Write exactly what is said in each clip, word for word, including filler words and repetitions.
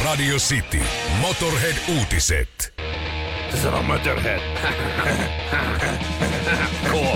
Radio City. Motorhead-uutiset. Se sanoo Motorhead. Cool.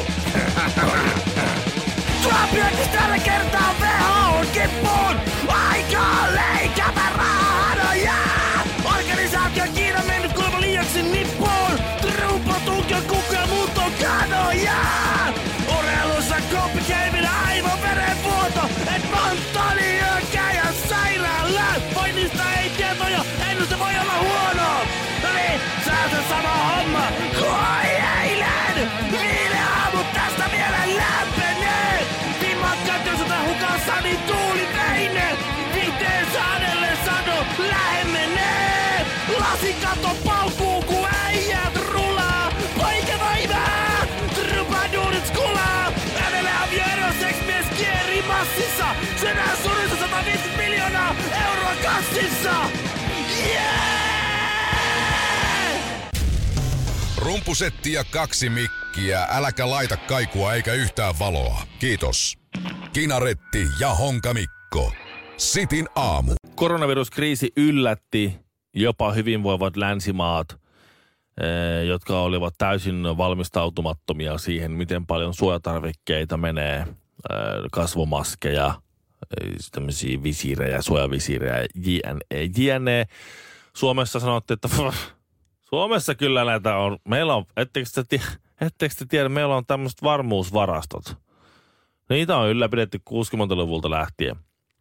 Tuopiokis tällä kertaa V H O:n kippuun. Aikaa leikata rahanoja. Organisaatio Kiina mennyt kuulemma liiaksi nippuun. Trumpo tunkio kukku ja muut on kanoja. Urheilussa Kopi Kevin aivan verenvuoto. Et Montoni hyökkääjän sairaala. Voinnista ei tietoja, ennuste voi olla huono. No niin, se on se sama homma kuin eilen. Viile aamut tästä vielä lämpenee. Timmakkaat jos otan hukassa niin tuuli veine. Viihteen saadelle sado lähemmenee. Lasikato paukkuu ku äijät rulaa. Poika vaivaa, trubaduurit skulaa. Äänelle avioero seksmies kieri massissa. Senään surissa sata viisikymmentä miljoonaa euroa kassissa. Yeah! Rumpusetti ja kaksi mikkiä. Äläkä laita kaikua eikä yhtään valoa. Kiitos. Kinaretti ja Honka Mikko. Sitin aamu. Koronaviruskriisi yllätti jopa hyvinvoivat länsimaat, jotka olivat täysin valmistautumattomia siihen, miten paljon suojatarvikkeita menee, kasvomaskeja, tämmöisiä visiirejä, suojavisiirejä, jne, jne. Suomessa sanottiin, että Suomessa kyllä näitä on. Meillä on, ettekö te, ettekö te tiedä, meillä on tämmöiset varmuusvarastot. Niitä on ylläpidetty kuusikymmentäluvulta lähtien.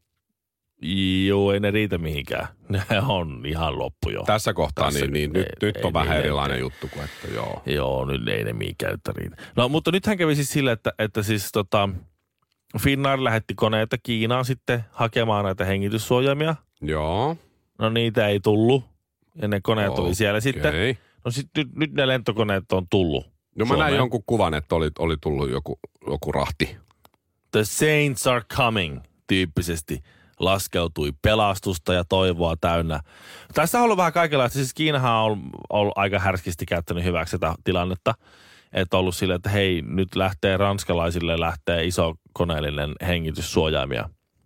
Joo, ei ne riitä mihinkään. Ne on ihan loppu jo. Tässä kohtaa Tässä niin, niin ei, nyt, nyt ei, on vähän ei, erilainen ei, juttu kuin, että joo. Joo, nyt ei ne mihinkään riitä. No, mutta nythän kävi siis sille, että, että siis tota, Finnair lähetti koneita Kiinaan sitten hakemaan näitä hengityssuojaimia. Joo. No niitä ei tullut. Ja ne koneet okay. oli siellä sitten. No sitten nyt, nyt ne lentokoneet on tullut. No mä Suomeen. näin jonkun kuvan, että oli, oli tullut joku, joku rahti. The saints are coming, tyyppisesti laskeutui pelastusta ja toivoa täynnä. Tässä on ollut vähän kaikenlaista. Siis Kiinahan on ollut aika härskisti käyttänyt hyväksi tätä tilannetta. Että on ollut silleen, että hei, nyt lähtee ranskalaisille lähtee iso koneellinen hengityssuojaimia.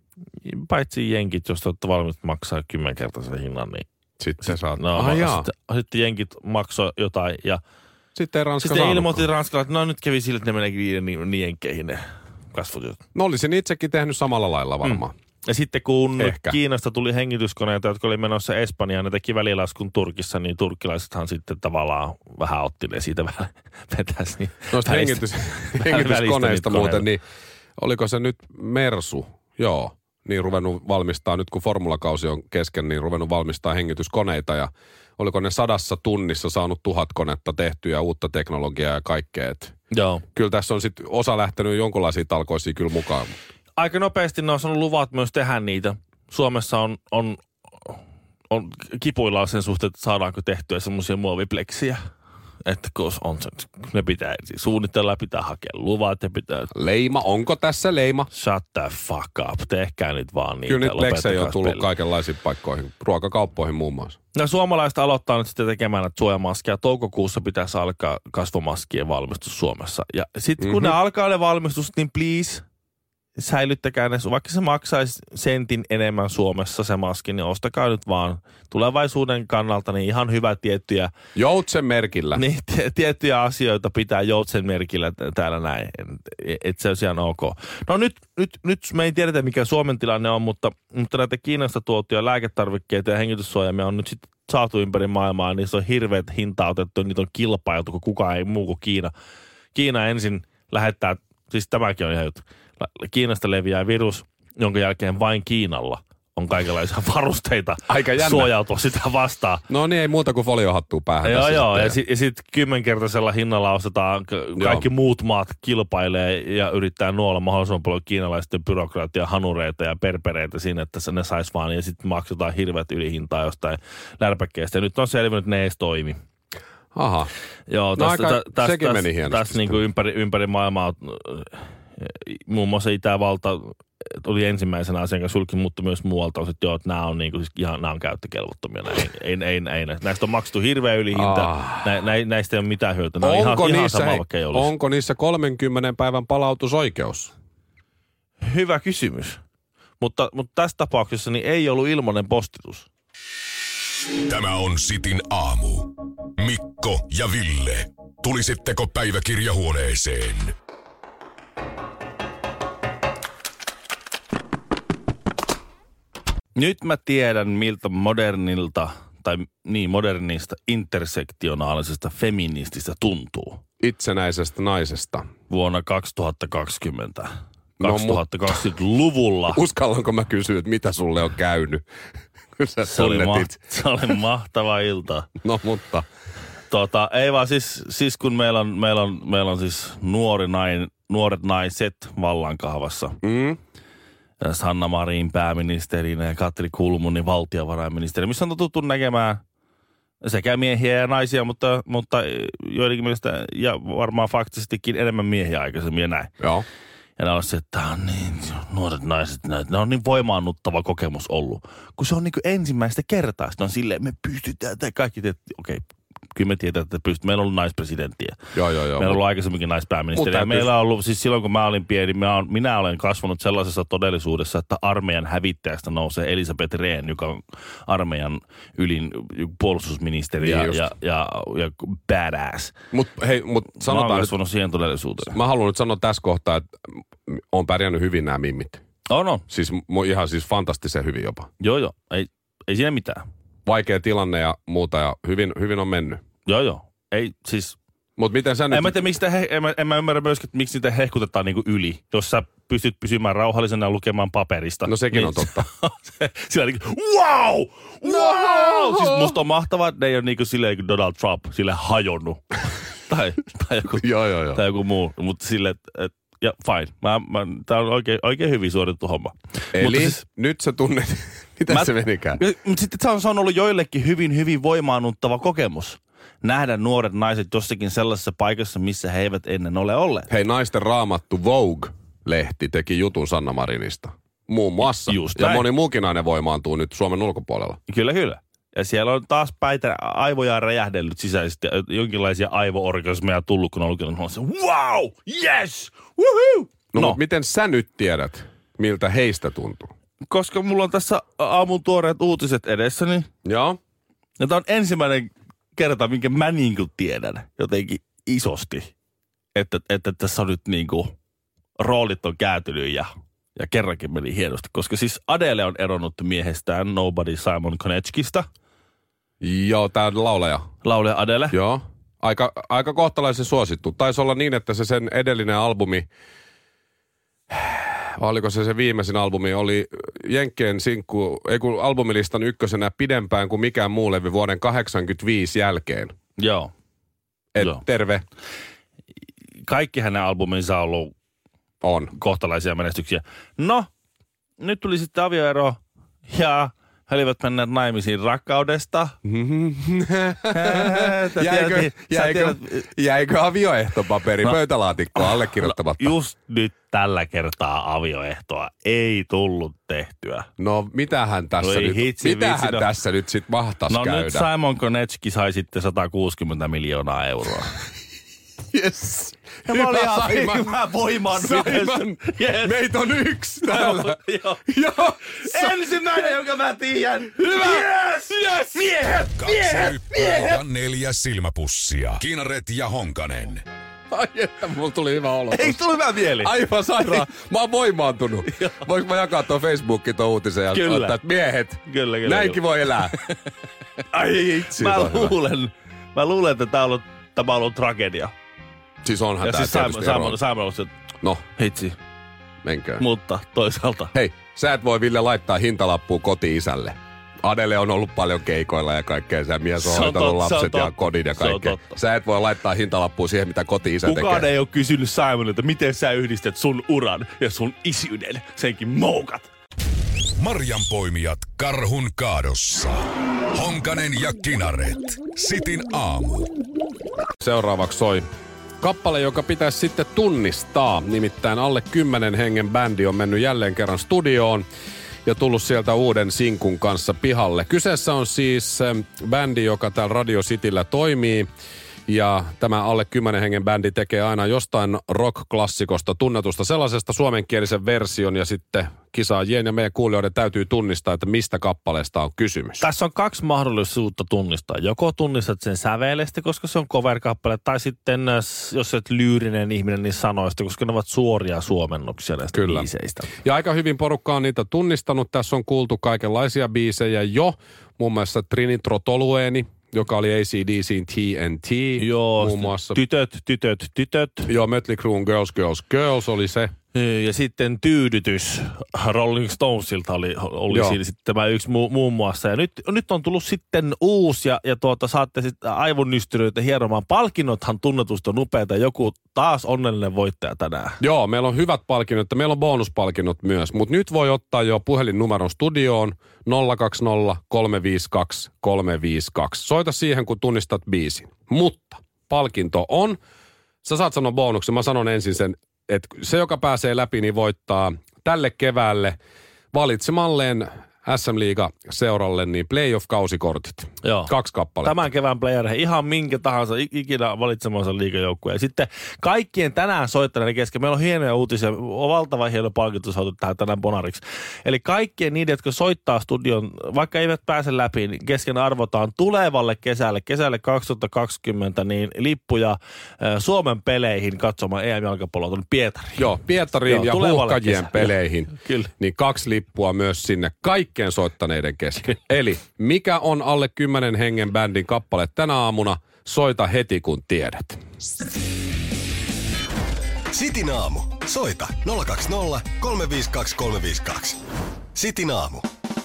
Paitsi jenkit, jos te olette valmiit maksaa kymmenkertaisen hinnan, niin Sitten sit, saat... no, ah, sitten, sitten jenkit maksoi jotain ja sitten Ranska sitten ilmoitti Ranskalla, että no nyt kävi sille, että ne menee ni- jenkeihin ne kasvotyöt. No olisin itsekin tehnyt samalla lailla varmaan. Mm. Ja sitten kun Ehkä. Kiinasta tuli hengityskoneita, jotka oli menossa Espanjaan, ne teki välilaskun Turkissa, niin turkkilaisethan sitten tavallaan vähän otti ne siitä vähän vetäisi. Niin noista hengitys, hengityskoneista muuten, niin oliko se nyt Mersu? Joo. Niin ruvennut valmistaa, nyt kun formulakausi on kesken, niin ruvennut valmistaa hengityskoneita ja oliko ne sadassa tunnissa saanut tuhat konetta tehtyä ja uutta teknologiaa ja kaikkea. Joo. Kyllä tässä on sitten osa lähtenyt jonkunlaisia talkoisia kyllä mukaan. Aika nopeasti ne on saanut luvat myös tehdä niitä. Suomessa on, on, on kipuillaan sen suhteen, että saadaanko tehtyä semmoisia muovipleksiä. Että kun on se, ne pitää suunnitella ja pitää hakea luvat ja pitää... Leima, onko tässä leima? Shut the fuck up, tehkää nyt vaan niitä. Kyllä nyt pleksejä on tullut peli. kaikenlaisiin paikkoihin, ruokakauppoihin muun muassa. No suomalaiset aloittaa nyt sitten tekemään näitä suojamaskeja. Toukokuussa pitäisi alkaa kasvomaskien valmistus Suomessa. Ja sitten kun mm-hmm. ne alkaa ne valmistus, niin please... säilyttäkää ne, vaikka se maksaisi sentin enemmän Suomessa se maski, niin ostakaa nyt vaan tulevaisuuden kannalta niin ihan hyvä tiettyjä... Joutsen merkillä. Niin, t- tiettyjä asioita pitää joutsen merkillä t- täällä näin, että se olisi ihan ok. No nyt, nyt, nyt me ei tiedetä mikä Suomen tilanne on, mutta, mutta näitä Kiinasta tuotuja lääketarvikkeita ja hengityssuojamia on nyt sitten saatu ympäri maailmaa, niin se on hirveät hintaa otettu, niitä on kilpailtu, kun kukaan ei muu kuin Kiina. Kiina ensin lähettää, siis tämäkin on ihan juttu. Kiinasta leviää virus, jonka jälkeen vain Kiinalla on kaikenlaisia varusteita suojautua sitä vastaan. No niin, ei muuta kuin foliohattua päähän. Joo, joo. Ja sitten sit kymmenkertaisella hinnalla ostetaan, kaikki joo. muut maat kilpailee ja yrittää nuolla mahdollisimman paljon kiinalaisten byrokraattia, hanureita ja perpereitä siinä, että ne sais vaan. Ja sitten maksetaan hirveät ylihintaa jostain lärpäkkeestä. Ja nyt on selvinnyt, että ne ei toimi. Aha. Joo, no tästä, aika, tästä, sekin tästä, meni hienosti. Tässä niin kuin ympäri, ympäri maailmaa... Muun muassa Itävalta oli ensimmäisenä asian kanssa sulki, mutta myös muualta on, että joo, että nämä on, niin kuin, siis ihan, nämä on käyttökelvottomia. Ei, ei, ei, ei, näistä on maksettu hirveä ylihinta. Ah. Nä, nä, näistä ei ole mitään hyötyä. Nämä onko, on ihan, niissä, ihan sama, hei, vaikka ei olisi. Onko niissä kolmenkymmenen päivän palautusoikeus? Hyvä kysymys. Mutta, mutta tässä tapauksessa niin ei ollut ilmainen postitus. Tämä on Cityn aamu. Mikko ja Ville. Tulisitteko päiväkirjahuoneeseen? Nyt mä tiedän, miltä modernilta, tai niin modernista intersektionaalisesta feminististä tuntuu. Itsenäisestä naisesta. Vuonna kaksituhattakaksikymmentä. No, kaksituhattakaksikymmentäluvulla. Uskallanko mä kysyä, että mitä sulle on käynyt? Se oli, ma- se oli mahtava ilta. No mutta. Tota, ei vaan siis, siis kun meillä on, meillä on, meillä on siis nuori nain, nuoret naiset vallankahvassa. Mm. Sanna Marin pääministerinä ja Katri Kulmuni valtiovarainministeri, missä on totuttu näkemään sekä miehiä ja naisia, mutta, mutta joidenkin mielestä ja varmaan faktisestikin enemmän miehiä aikaisemmin ja näin. Joo. Ja ne on se, että tämä on niin, nuoret naiset, ne on niin voimaannuttava kokemus ollut. Kun se on niin kuin ensimmäistä kertaa, sitten on silleen, me pystytään tämä kaikki, että okei, kyllä me tiedetään, että pystytään. Meillä on ollut naispresidenttiä. Joo, joo, joo. Meillä on ollut aikaisemminkin naispääministeri. Ja meillä on ollut, siis silloin kun mä olin pieni, mä on, minä olen kasvanut sellaisessa todellisuudessa, että armeijan hävittäjästä nousee Elisabeth Rehn, joka on armeijan ylin puolustusministeri ja, niin ja, ja, ja badass. Mut hei, mut sanotaan mä olen kasvanut nyt, siihen todellisuuteen. Mä haluan nyt sanoa tässä kohtaa, että on pärjännyt hyvin nämä mimmit. Oh no. Siis ihan siis fantastisen hyvin jopa. Joo, joo. Ei, ei siinä mitään. Vaikea tilanne ja muuta ja hyvin, hyvin on mennyt. Joo, joo. Ei siis. Mut miten sä nyt... En mä tiedä, miksi te he, en, mä, en mä ymmärrä myöskin, että miksi niitä hehkutetaan niinku yli. Jos sä pystyt pysymään rauhallisena ja lukemaan paperista. No sekin niin, on totta. Sillä niinku, wow! Wow! No! Siis musta on mahtavaa, että ne ei ole niinku silleen kuin Donald Trump, sille hajonnut. tai, tai, joku, joo, joo, joo. tai joku muu. Mutta silleen, että et, ja fine. Mä, mä, tää on oikein, oikein hyvin suoritettu homma. Eli siis, nyt sä tunnet, mitä mä, se menikään? Mutta sitten se on, se on ollut joillekin hyvin, hyvin voimaannuttava kokemus. Nähdä nuoret naiset jossakin sellaisessa paikassa, missä he eivät ennen ole olleet. Hei, naisten raamattu Vogue-lehti teki jutun Sanna Marinista. Muun muassa. Just ja näin. moni muukin nainen voimaantuu nyt Suomen ulkopuolella. Kyllä, kyllä. Ja siellä on taas päitä aivoja räjähdellyt sisäisesti. Jonkinlaisia aivo-orgasmeja tullut, kun on lukenut se, wow, yes, woohoo. No, no. Miten sä nyt tiedät, miltä heistä tuntuu? Koska mulla on tässä aamun tuoreet uutiset edessäni. Joo. Ja tää on ensimmäinen kerta, minkä mä niin kuin tiedän jotenkin isosti, että, että tässä on nyt niin kuin roolit on kääntynyt ja, ja kerrankin meni hienosti. Koska siis Adele on eronnut miehestään Nobody Simon Konechkista. Joo, tää on lauleja. Lauleja Adele. Joo. Aika, aika kohtalaisen suosittu. Taisi olla niin, että se sen edellinen albumi, oliko se se viimeisin albumi, oli Jenkkien sinkku, ei kun albumilistan ykkösenä pidempään kuin mikään muu levy vuoden kahdeksankymmentäviisi jälkeen. Joo. Et Joo. Terve. Kaikki hänen albuminsa on ollut on kohtalaisia menestyksiä. No, nyt tuli sitten avioero ja he olivat menneet naimisiin rakkaudesta. jäikö, jäikö, jäikö avioehtopaperi no, pöytälaatikkoon allekirjoittamatta? Just nyt tällä kertaa avioehtoa ei tullut tehtyä. No mitähän tässä no, nyt, hitsi, mitähän vitsi, no. tässä nyt sit mahtaisi no, käydä? No nyt Simon Konechki sai sitten sata kuusikymmentä miljoonaa euroa. Yes. Ja mä olin ihan hyvä voimaan. Yes. Meitä on yksi täällä. Joo. Joo. Ensimmäinen, jonka mä tiedän. Hyvä. Yes. Yes. Miehet. Miehet. Miehet. Ja neljä silmäpussia. Kinaret ja Honkanen. Ai että, mulla tuli hyvä olo. Ei tuli hyvä mieli. Aivan sairaan. Mä oon voimaantunut. Voinko mä jakaa tuon Facebookiin tuon uutisen ja kyllä. ottaa, että miehet, kyllä, kyllä, näinkin kyllä. voi elää. Ai itse. Mä luulen, mä luulen, että tää on ollut, tämä on ollut tragedia. Siis onhan ja tää siis tietysti Simon, Simon, Simon, no. hitsi. Menkää. Mutta toisaalta. Hei, sä et voi Ville laittaa hintalappua koti-isälle. Adele on ollut paljon keikoilla ja kaikkea. Sä mies on se hoitanut on lapset tot, ja kodin ja kaikkea. Sä et voi laittaa hintalappua siihen, mitä koti-isä tekee. Kukaan ei ole kysynyt Simonilta, miten sä yhdistät sun uran ja sun isyyden. Senkin moukat. Marjanpoimijat karhun kaadossa. Honkanen ja Kinaret. Cityn aamu. Seuraavaksi soi kappale, joka pitäisi sitten tunnistaa. Nimittäin alle kymmenen hengen bändi on mennyt jälleen kerran studioon ja tullut sieltä uuden sinkun kanssa pihalle. Kyseessä on siis bändi, joka täällä Radio Cityllä toimii Ja tämä alle kymmenen hengen bändi tekee aina jostain rock-klassikosta tunnetusta sellaisesta suomenkielisen version ja sitten kisaajien ja meidän kuulijoiden täytyy tunnistaa, että mistä kappaleesta on kysymys. Tässä on kaksi mahdollisuutta tunnistaa. Joko tunnistat sen sävelestä, koska se on cover-kappale, tai sitten jos olet lyyrinen ihminen, niin sanoista, koska ne ovat suoria suomennoksia näistä Kyllä. biiseistä. Ja aika hyvin porukka on niitä tunnistanut. Tässä on kuultu kaikenlaisia biisejä jo, muun muassa Trinitro Tolueni, joka oli A C D C:n T N T. Joo, muun muassa. tytöt, tytöt, tytöt. Joo, Mötley Crüen Girls, Girls, Girls oli se. Ja sitten Tyydytys Rolling Stonesilta oli, oli siinä sitten tämä yksi mu, muun muassa. Ja nyt, nyt on tullut sitten uusi ja, ja tuota, saatte sitten aivonystyröitä hieromaan. Palkinnothan tunnetusti on upeita. Joku taas onnellinen voittaja tänään. Joo, meillä on hyvät palkinnot ja meillä on bonuspalkinnot myös. Mutta nyt voi ottaa jo puhelinnumeron studioon nolla kaksi nolla kolme viisi kaksi kolme viisi kaksi. Soita siihen, kun tunnistat biisin. Mutta palkinto on, sä saat sanoa bonuksen, mä sanon ensin sen, että se, joka pääsee läpi, niin voittaa tälle keväälle valitsemalleen S M-liiga-seuralle niin playoff-kausikortit. Joo. Kaksi kappaletta. Tämän kevään playereihin ihan minkä tahansa ikinä valitsemansa liigajoukkueen. Ja sitten kaikkien tänään soittaneiden kesken, meillä on hienoja uutisia, on valtava hieno palkinto saatu tähän tänään Bonariksi. Eli kaikkien niiden, jotka soittaa studion, vaikka eivät pääse läpi, niin kesken arvotaan tulevalle kesälle, kesälle kaksituhattakaksikymmentä, niin lippuja äh, Suomen peleihin katsomaan E M-jalkapalloa tuonne Pietariin. Joo, Pietariin Joo, ja Huuhkajien kesä. peleihin. Kyllä. Niin kaksi lippua myös sinne kaikkien soittaneiden kesken. Eli mikä on alle kymmenen hengen bändin kappale tänä aamuna? Soita heti, kun tiedät. Sitin aamu. Soita nolla kaksi nolla kolme viisi kaksi kolme viisi kaksi. Sitin aamu.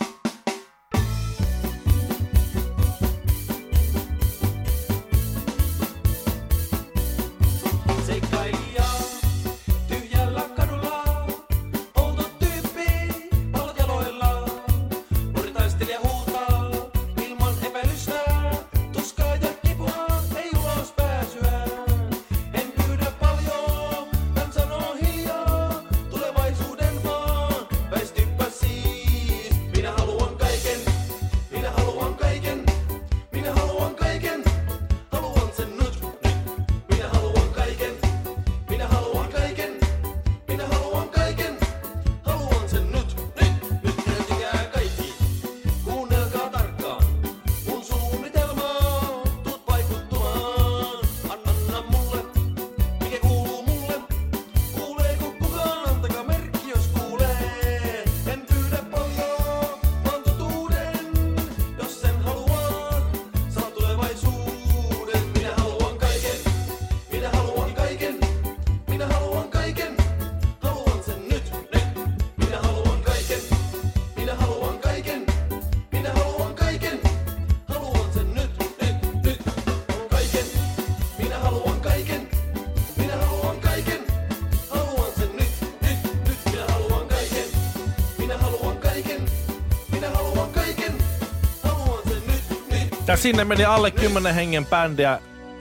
Ja sinne meni alle kymmenen hengen bändiä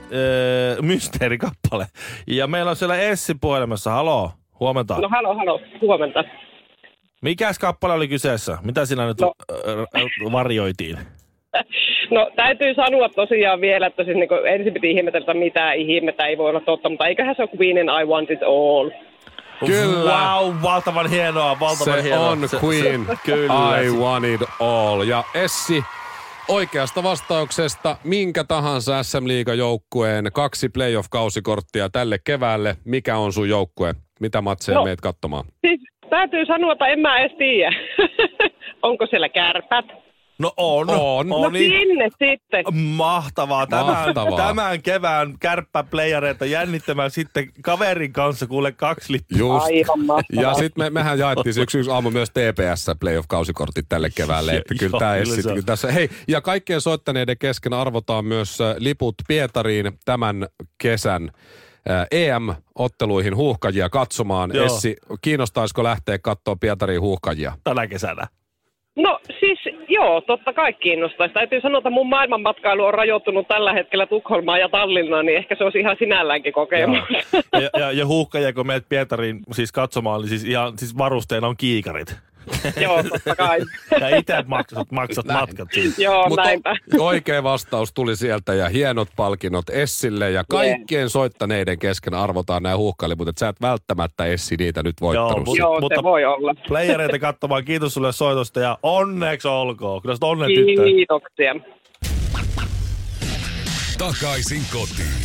öö, mysteerikappale. Ja meillä on siellä Essi puhelimessa. Haloo, huomenta. No haloo, haloo, huomenta. Mikäs kappale oli kyseessä? Mitä sinä nyt no. öö, varjoitiin? No täytyy sanoa tosiaan vielä, että siis niin ensin piti ihmetellä, mitä ihmettä ei voi olla totta, mutta eiköhän se ole Queenin I Want It All. Kyllä. Wow, valtavan hienoa, valtavan se hienoa. On se on Queen, se, kyllä. I Want It All. Ja Essi, oikeasta vastauksesta minkä tahansa S M-liigajoukkueen kaksi playoff-kausikorttia tälle keväälle. Mikä on sun joukkue? Mitä matseja no, meet katsomaan? Siis täytyy sanoa, että en mä edes tiedä. Onko siellä Kärpät? No on. on. No sinne sitten. Mahtavaa. Tämän, Mahtavaa. Tämän kevään kärppäplayereita jännittämään sitten kaverin kanssa kuule kaksi lippua. Just. Aivan mahtavaa. Ja sitten me, mehän jaettiin yksi, yksi aamu myös T P S playoff-kausikortit tälle keväälle. Että kyllä tämä Essi, kyllä tässä. Hei, ja kaikkien soittaneiden kesken arvotaan myös liput Pietariin tämän kesän E M-otteluihin Huuhkajia katsomaan. Joo. Essi, kiinnostaisiko lähteä katsoa Pietariin Huuhkajia? Tänä kesänä. No siis joo, totta kai kiinnostaisi. Täytyy sanoa, että mun maailmanmatkailu on rajoittunut tällä hetkellä Tukholmaan ja Tallinnaan, niin ehkä se olisi ihan sinälläänkin kokemus. Ja, ja, ja Huuhkajia, kun menet Pietariin siis katsomaan, niin siis, ihan, siis varusteena on kiikarit. Joo, totta kai. Ja itse maksat, maksat matkat siitä. Joo, Mutta näinpä. oikea vastaus tuli sieltä ja hienot palkinnot Essille ja kaikkien yeah. soittaneiden kesken arvotaan nämä huuhkaliput, että sä et välttämättä Essi niitä nyt voittanut. Joo, Joo, mutta se voi olla. Playereita katsomaan. Kiitos sulle soitosta ja onneksi olkoon. Kyllä sä onnen tyttö. Kiitoksia. Takaisin kotiin.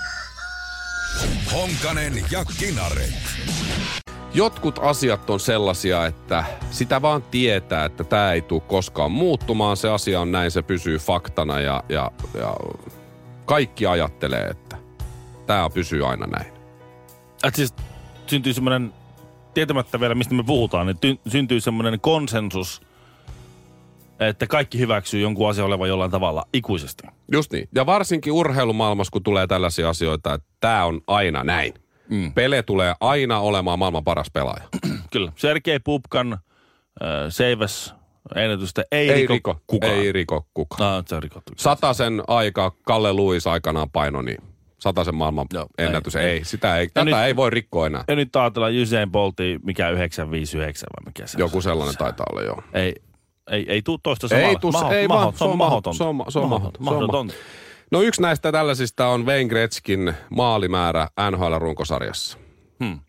Honkanen ja Kinaret. Jotkut asiat on sellaisia, että sitä vaan tietää, että tämä ei tule koskaan muuttumaan. Se asia on näin, se pysyy faktana ja, ja, ja kaikki ajattelee, että tämä pysyy aina näin. Että siis syntyy semmoinen, tietämättä vielä mistä me puhutaan, niin ty- syntyy semmoinen konsensus, että kaikki hyväksyy jonkun asian olevan jollain tavalla ikuisesti. Just niin. Ja varsinkin urheilumaailmassa, kun tulee tällaisia asioita, että tämä on aina näin. Mm. Pele tulee aina olemaan maailman paras pelaaja. Kyllä. Sergei Pupkan äh, seiväs ennätystä ei, ei riko, riko kukaan. Ei riko kukaan. Ah, se on rikottu. Satasen aika Kalle Lewis aikanaan paino, niin satasen maailman Joo, ennätys. Ei, ei. Sitä ei, tätä nyt, ei voi rikkoa enää. Ja nyt ajatellaan Usain Boltia, mikä yhdeksän viisi yhdeksän vai mikä se on. Joku sellainen se, taitaa olla, joo. Ei, ei, ei tuu toista samalla. Ei tuu, Maho, ei maho, vaan, se on mahdotonta. Se on, se on mahdotonta. Mahdotonta. No yksi näistä tällaisista on Wayne Gretzkin maalimäärä N H L-runkosarjassa. Hmm.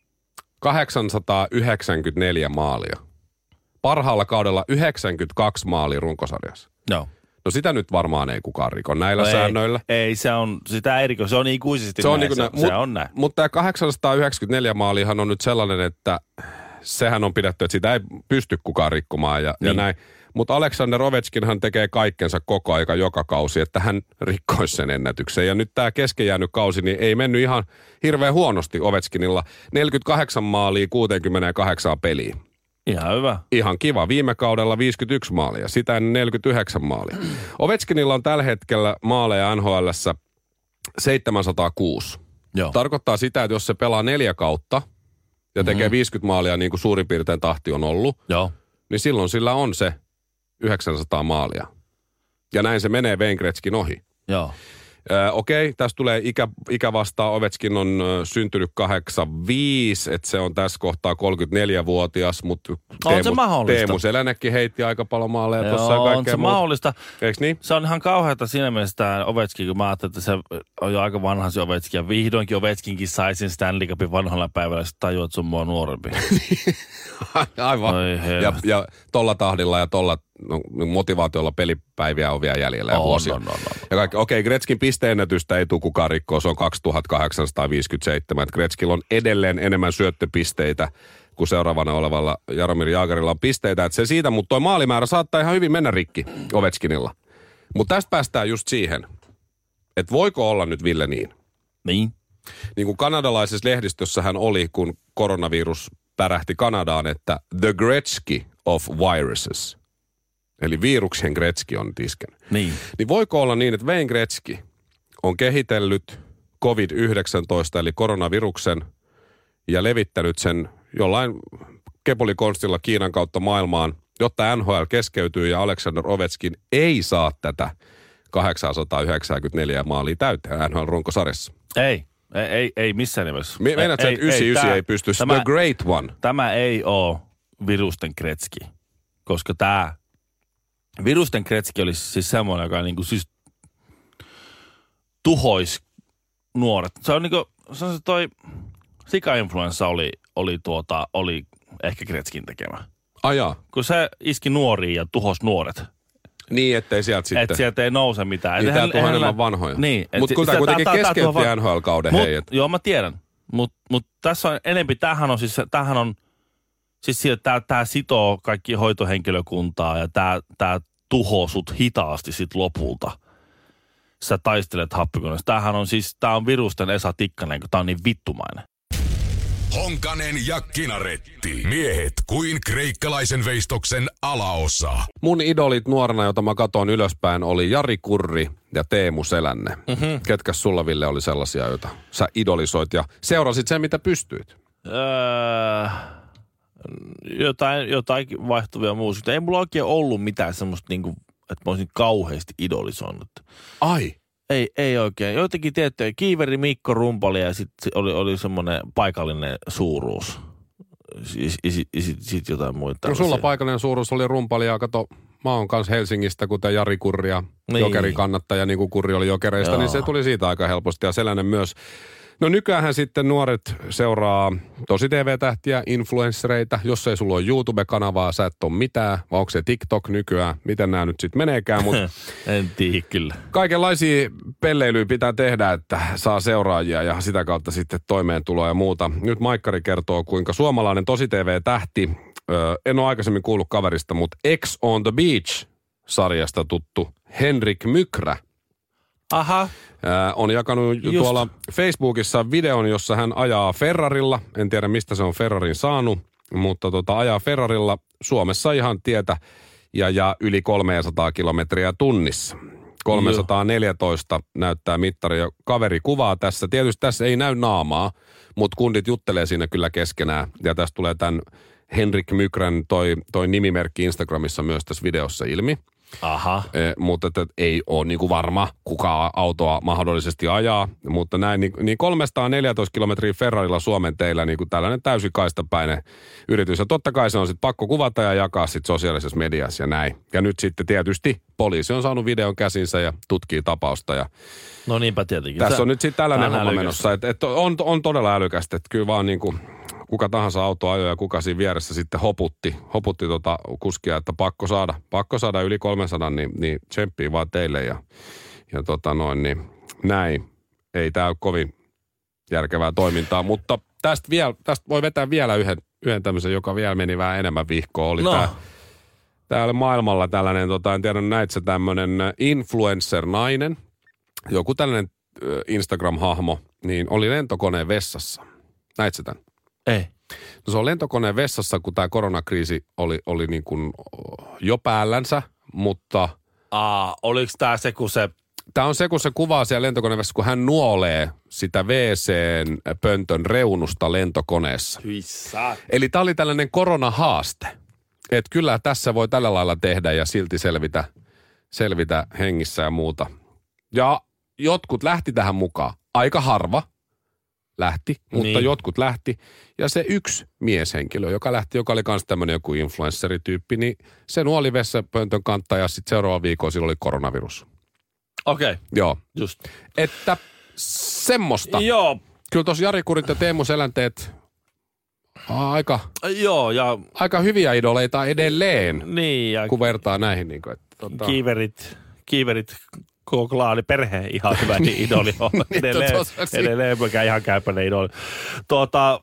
kahdeksansataayhdeksänkymmentäneljä maalia. Parhaalla kaudella yhdeksänkymmentäkaksi maalia runkosarjassa. Joo. No sitä nyt varmaan ei kukaan riko näillä no säännöillä. Ei, ei, se on, sitä ei riko, se on ikuisesti se näin. On niin se, näin. se Mut, on näin. Mutta tämä kahdeksansataayhdeksänkymmentäneljä maalihan on nyt sellainen, että sehän on pidetty, että sitä ei pysty kukaan rikkomaan ja, niin. ja näin. Mutta Alexander Ovechkinhan tekee kaikkensa koko aika joka kausi, että hän rikkoisi sen ennätyksen. Ja nyt tämä kesken jäänyt kausi niin ei mennyt ihan hirveän huonosti Ovechkinilla. neljäkymmentäkahdeksan maalia kuusikymmentäkahdeksan peliä. Ihan hyvä. Ihan kiva. Viime kaudella viisikymmentäyksi maalia, sitä ennen neljäkymmentäyhdeksän maalia. Ovechkinilla on tällä hetkellä maaleja N H L:ssä seitsemänsataakuusi. Joo. Tarkoittaa sitä, että jos se pelaa neljä kautta ja tekee mm-hmm. viisikymmentä maalia niin kuin suurin piirtein tahti on ollut, Joo. niin silloin sillä on se yhdeksänsataa maalia. Ja näin se menee Wayne Gretzkin ohi. Joo. Äh, okei, tässä tulee ikä, ikä vastaan. Ovechkin on äh, syntynyt kahdeksankymmentäviisi, että se on tässä kohtaa kolmekymmentäneljävuotias, mutta Teemu, Teemu Selännekin heitti aika paljon maaleja tuossa ja kaikkea on se muuta. mahdollista. Eiks niin? Se on ihan kauheata siinä mielessä tämä Ovechkin, kun mä ajattelin, että se on jo aika vanha se Ovechkin, ja vihdoinkin Ovechkinkin sai sen Stanley Cupin vanhalla päivällä, sitten tajua, että se on mua nuorempi. Aivan. Ja, ja tolla tahdilla ja tolla no, motivaatiolla pelipäiviä on vielä jäljellä ja on, vuosia. On, on, on. Ja kaikki, okei, Gretzkin pisteennätystä ei tule kukaan rikkoa, se on kaksituhattakahdeksansataaviisikymmentäseitsemän. Et Gretzkillä on edelleen enemmän syöttöpisteitä kuin seuraavana olevalla Jaromir Jagrilla on pisteitä. Et se siitä, mutta toi maalimäärä saattaa ihan hyvin mennä rikki Ovechkinilla. Mutta tästä päästään just siihen, että voiko olla nyt Ville niin? Niin. Niin kuin kanadalaisessa lehdistössähän oli, kun koronavirus pärähti Kanadaan, että the Gretzky of viruses. Eli viruksien Gretzky on tisken. Niin. Niin voiko olla niin, että Wayne Gretzky on kehitellyt covid yhdeksäntoista eli koronaviruksen ja levittänyt sen jollain kepulikonstilla Kiinan kautta maailmaan, jotta N H L keskeytyy ja Alexander Ovechkin ei saa tätä kahdeksansataayhdeksänkymmentäneljä maalia täyteen N H L-runkosarjassa? Ei. Ei, ei, ei missään nimessä. Meinaatko, että yhdeksänkymmentäyhdeksän ei, ei pysty, tämä, the great one? Tämä ei ole virusten Gretzky, koska tämä virusten Gretzky olisi siis semmoinen, joka niin kuin siis tuhoisi nuoret. Se on niin kuin, se on se toi sika-influenssa oli, oli, tuota, oli ehkä Gretzkin tekemä. Ajaa. Kun se iski nuoriin ja tuhosi nuoret. Niin, ettei sieltä sitten. Että sieltä ei nouse mitään. Niin, tää tuo enemmän vanhoja. Niin. Mutta kun tämä kuitenkin keskeytti N H L-kauden, mut, hei. Et. Joo, mä tiedän. Mutta mut tässä on enempi, tämähän on siis, tämähän on, siis tämä tää sitoo kaikki hoitohenkilökuntaa ja tämä tää tuhoaa sut hitaasti sit lopulta. Sä taistelet happikunnassa. Tämähän on siis, tää on virusten Esa Tikkanen, kun tää on niin vittumainen. Honkanen ja Kinaretti. Miehet kuin kreikkalaisen veistoksen alaosa. Mun idolit nuorena, jota mä katon ylöspäin, oli Jari Kurri ja Teemu Selänne. Mm-hmm. Ketkäs sulla, Ville, oli sellaisia, joita sä idolisoit ja seurasit sen, mitä pystyit? Öö, jotain, jotain vaihtuvia muusikkoja. Ei mulla oikein ollut mitään semmoista, niinku, että mä olisin kauheasti idolisoinut. Ai? Ei, ei oikein. Joitakin tiettyjä. Kiiveri Mikko rumpali ja sitten oli, oli semmoinen paikallinen suuruus. sitten jotain muita. No sulla paikallinen suuruus oli rumpalija. Kato, mä oon kanssa Helsingistä, kuten Jari Kurria, niin. Jokerin kannattaja, niin kuin Kurri oli Jokereista, Joo. niin se tuli siitä aika helposti ja sellainen myös. No nykyäänhän sitten nuoret seuraa tosi T V-tähtiä, influenssereita. Jos ei sulla ole YouTube-kanavaa, sä et ole mitään. Vai onko se TikTok nykyään? Miten nämä nyt sitten meneekään? Mut en tiedä kyllä. Kaikenlaisia pelleilyjä pitää tehdä, että saa seuraajia ja sitä kautta sitten toimeentuloa ja muuta. Nyt Maikkari kertoo, kuinka suomalainen tosi T V-tähti, öö, en ole aikaisemmin kuullut kaverista, mutta Ex on the Beach-sarjasta tuttu Henrik Mykrä. Aha. Ää, on jakanut Just. tuolla Facebookissa videon, jossa hän ajaa Ferrarilla. En tiedä, mistä se on Ferrarin saanut, mutta tota, ajaa Ferrarilla Suomessa ihan tietä ja, ja yli kolmesataa kilometriä tunnissa. kolmesataaneljätoista Joo. näyttää mittari ja kaveri kuvaa tässä. Tietysti tässä ei näy naamaa, mutta kundit juttelee siinä kyllä keskenään. Ja tässä tulee tämän Henrik Mykrän toi, toi nimimerkki Instagramissa myös tässä videossa ilmi. Aha. E, mutta että ei ole niinku varma, kuka autoa mahdollisesti ajaa. Mutta näin niin, niin kolmesataaneljätoista kilometriä Ferrarilla Suomen teillä niin kuin tällainen täysin kaistapäinen yritys. Ja totta kai se on sitten pakko kuvata ja jakaa sitten sosiaalisessa mediassa ja näin. Ja nyt sitten tietysti poliisi on saanut videon käsinsä ja tutkii tapausta. Ja no niinpä tietenkin. Tässä on nyt sitten tällainen homma älykästä. menossa. Että et on, on todella älykästä, että kyllä vaan niin kuin kuka tahansa auto ajoi ja kuka siinä vieressä sitten hoputti, hoputti tota kuskia, että pakko saada, pakko saada yli kolmesataa, niin, niin tsemppii vaan teille ja, ja tota noin, niin näin. Ei tää ole kovin järkevää toimintaa, mutta tästä, vielä, tästä voi vetää vielä yhden, yhden tämmöisen, joka vielä meni vähän enemmän vihkoon. Oli no. tää, tää oli maailmalla tällainen, tota, en tiedä näit se tämmönen influencer-nainen, joku tällainen Instagram-hahmo, niin oli lentokoneen vessassa. Näit sä tämän? Ei. No se on lentokoneen vessassa, kun tämä koronakriisi oli, oli niin kuin jo päällänsä, mutta Aa, oliko tämä se, kun se tämä on se, kun se kuvaa siellä lentokoneen vessassa, kun hän nuolee sitä W C-pöntön reunusta lentokoneessa. Hyissää. Eli tämä oli tällainen koronahaaste. Että kyllä tässä voi tällä lailla tehdä ja silti selvitä, selvitä hengissä ja muuta. Ja jotkut lähti tähän mukaan. Aika harva lähti, mutta niin. jotkut lähti. Ja se yksi mieshenkilö, joka lähti, joka oli myös tämmöinen joku influencerityyppi, niin se nuoli vessapöntön kantaa ja sitten seuraava viikolla sillä oli koronavirus. Okei. Okay. Joo. Just. Että semmoista. Joo. Kyllä tuossa Jari Kurit ja Teemu Selänteet aika, Joo, ja aika hyviä idoleita edelleen, niin, ja kun vertaa näihin. Niin kuin, että, tota... Kiiverit, kiiverit, koko klaani, perhe, ihan hyvä niin, idoli on. Edelleen, edelleen mikä ihan käypäinen idoli. Tuota,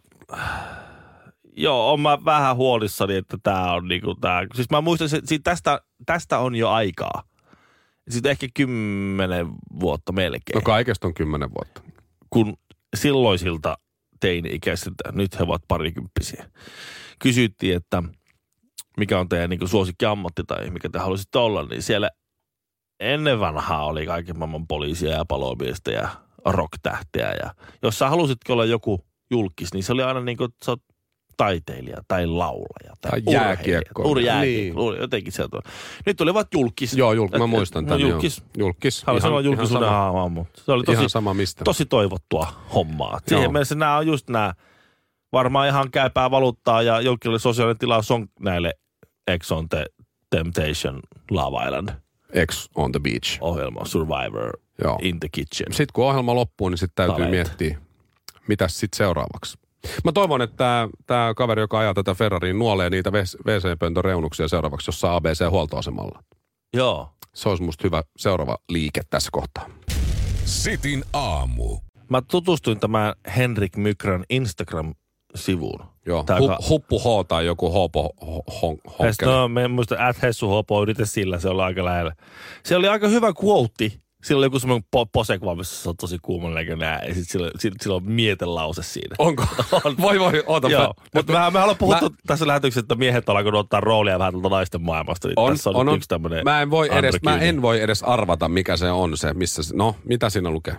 joo, on mä vähän huolissani, että tää on niinku tää. Siis mä muistan, että tästä, tästä on jo aikaa. Sitten ehkä kymmenen vuotta melkein. No kaikesta on kymmenen vuotta. Kun silloisilta teini-ikäisiltä, nyt he ovat parikymppisiä, kysyttiin, että mikä on teidän niin suosikkiammatti tai mikä te haluaisitte olla, niin siellä ennen vanhaa oli kaiken maailman poliisia ja palomiestä ja rock-tähteä. Ja jos sä halusitkin olla joku julkis, niin se oli aina niin kuin, että sä oot taiteilija tai laulaja tai, tai jääkiekko. Ur, jääkiekko, niin. Jotenkin sieltä. Nyt olivat julkis. Joo, julk, mä muistan tämän. No, julkis. Julkis. Haluan sanoa julkisuuden haamaa, mutta se oli tosi, ihan sama mistä. tosi toivottua hommaa. Siihen mielessä nämä on just nämä, varmaan ihan käypää valuuttaa ja julkille sosiaalinen tilaus on näille Ex on the Temptation, Love Island. Ex on the Beach. Ohjelma, Survivor, Joo. In the Kitchen. Sitten kun ohjelma loppuu, niin sitten täytyy Talet. miettiä, mitäs sitten seuraavaksi. Mä toivon, että tämä kaveri, joka ajaa tätä Ferrariin, nuolee niitä W C-pöntön reunuksia seuraavaksi jossain A B C-huoltoasemalla. Joo. Se olisi musta hyvä seuraava liike tässä kohtaa. Sitin aamu. Mä tutustuin tämän Henrik Mykrän Instagram-sivuun. Joo, Hu- Huppu H tai joku Hopo Honkkeli. No, mä muistan, at Hessu Hopo, yritä sillä, se oli aika lähellä. Se oli aika hyvä quote. Sillä oli joku semmoinen po- posekuva, missä se on tosi kuuman näköinen ja sitten sillä, sillä on mietelause siinä. Onko? On. Voi voi, oota. Joo, mutta mä, mä haluan puhua mä... tässä lähetyksessä, että miehet on alkanut ottaa roolia vähän tuolta naisten maailmasta. Niin on, tässä on, on, yksi tämmöinen mä en, voi edes, mä en voi edes arvata, mikä se on se, missä se, no, mitä siinä lukee?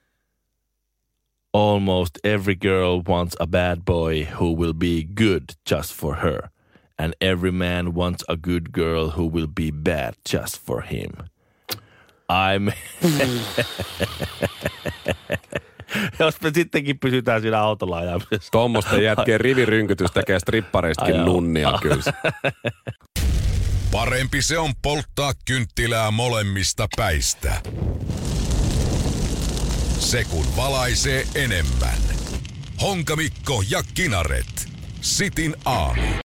Almost every girl wants a bad boy who will be good just for her. And every man wants a good girl who will be bad just for him. I'm... Jos me sittenkin pysytään siinä autolla ajamisessa. Tuommoisten jätkien rivirynkytys tekee strippareistakin nunnia kyllä. Parempi se on polttaa kynttilää molemmista päistä. Se kun valaisee enemmän. Honkamikko ja Kinaret. Sitin aamu.